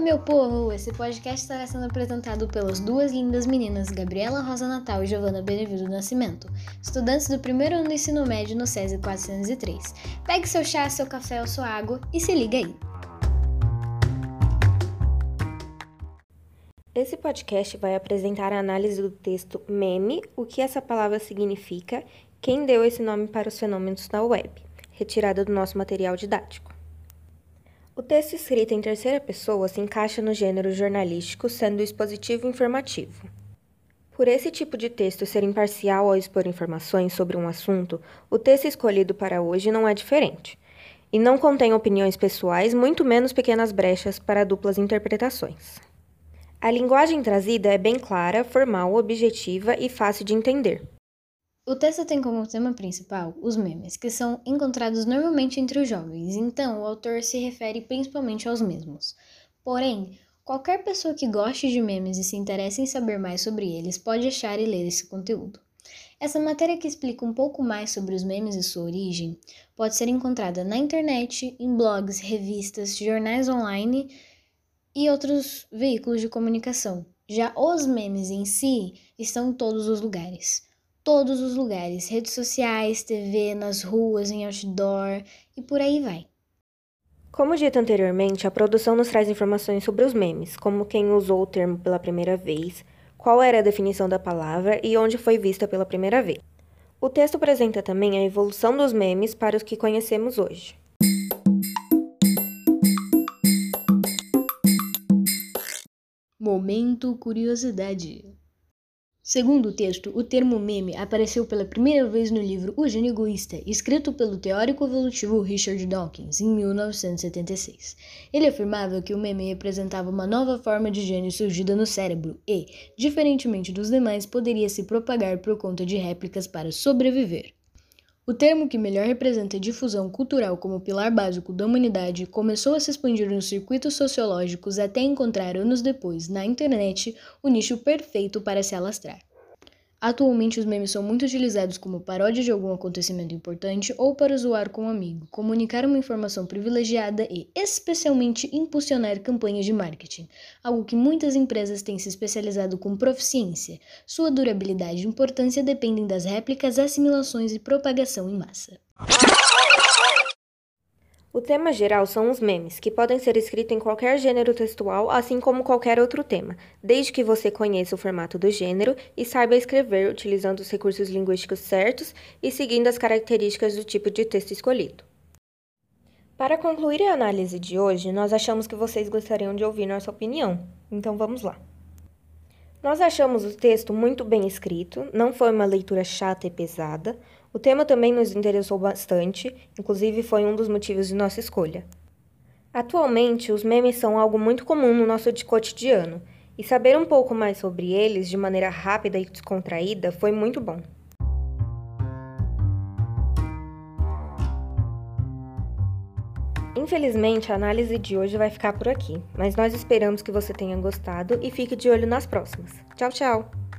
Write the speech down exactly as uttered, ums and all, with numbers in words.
meu povo! Esse podcast estará sendo apresentado pelas duas lindas meninas Gabriela Rosa Natal e Giovana Benevido Nascimento, estudantes do primeiro ano do ensino médio no SESI quatrocentos e três. Pegue seu chá, seu café ou sua água e se liga aí! Esse podcast vai apresentar a análise do texto Meme, o que essa palavra significa, quem deu esse nome para os fenômenos da web, retirada do nosso material didático. O texto escrito em terceira pessoa se encaixa no gênero jornalístico, sendo expositivo e informativo. Por esse tipo de texto ser imparcial ao expor informações sobre um assunto, o texto escolhido para hoje não é diferente, e não contém opiniões pessoais, muito menos pequenas brechas para duplas interpretações. A linguagem trazida é bem clara, formal, objetiva e fácil de entender. O texto tem como tema principal os memes, que são encontrados normalmente entre os jovens, então o autor se refere principalmente aos mesmos. Porém, qualquer pessoa que goste de memes e se interesse em saber mais sobre eles pode achar e ler esse conteúdo. Essa matéria que explica um pouco mais sobre os memes e sua origem pode ser encontrada na internet, em blogs, revistas, jornais online e outros veículos de comunicação. Já os memes em si estão em todos os lugares. Todos os lugares, redes sociais, T V, nas ruas, em outdoor e por aí vai. Como dito anteriormente, a produção nos traz informações sobre os memes, como quem usou o termo pela primeira vez, qual era a definição da palavra e onde foi vista pela primeira vez. O texto apresenta também a evolução dos memes para os que conhecemos hoje. Momento curiosidade. Segundo o texto, o termo meme apareceu pela primeira vez no livro O Gênio Egoísta, escrito pelo teórico evolutivo Richard Dawkins, em mil novecentos e setenta e seis. Ele afirmava que o meme representava uma nova forma de gênio surgida no cérebro e, diferentemente dos demais, poderia se propagar por conta de réplicas para sobreviver. O termo que melhor representa a difusão cultural como pilar básico da humanidade começou a se expandir nos circuitos sociológicos até encontrar anos depois, na internet, o nicho perfeito para se alastrar. Atualmente, os memes são muito utilizados como paródia de algum acontecimento importante ou para zoar com um amigo, comunicar uma informação privilegiada e, especialmente, impulsionar campanhas de marketing, algo que muitas empresas têm se especializado com proficiência. Sua durabilidade e importância dependem das réplicas, assimilações e propagação em massa. O tema geral são os memes, que podem ser escritos em qualquer gênero textual, assim como qualquer outro tema, desde que você conheça o formato do gênero e saiba escrever utilizando os recursos linguísticos certos e seguindo as características do tipo de texto escolhido. Para concluir a análise de hoje, nós achamos que vocês gostariam de ouvir nossa opinião, então vamos lá. Nós achamos o texto muito bem escrito, não foi uma leitura chata e pesada. O tema também nos interessou bastante, inclusive foi um dos motivos de nossa escolha. Atualmente, os memes são algo muito comum no nosso cotidiano, e saber um pouco mais sobre eles de maneira rápida e descontraída foi muito bom. Infelizmente, a análise de hoje vai ficar por aqui, mas nós esperamos que você tenha gostado e fique de olho nas próximas. Tchau, tchau!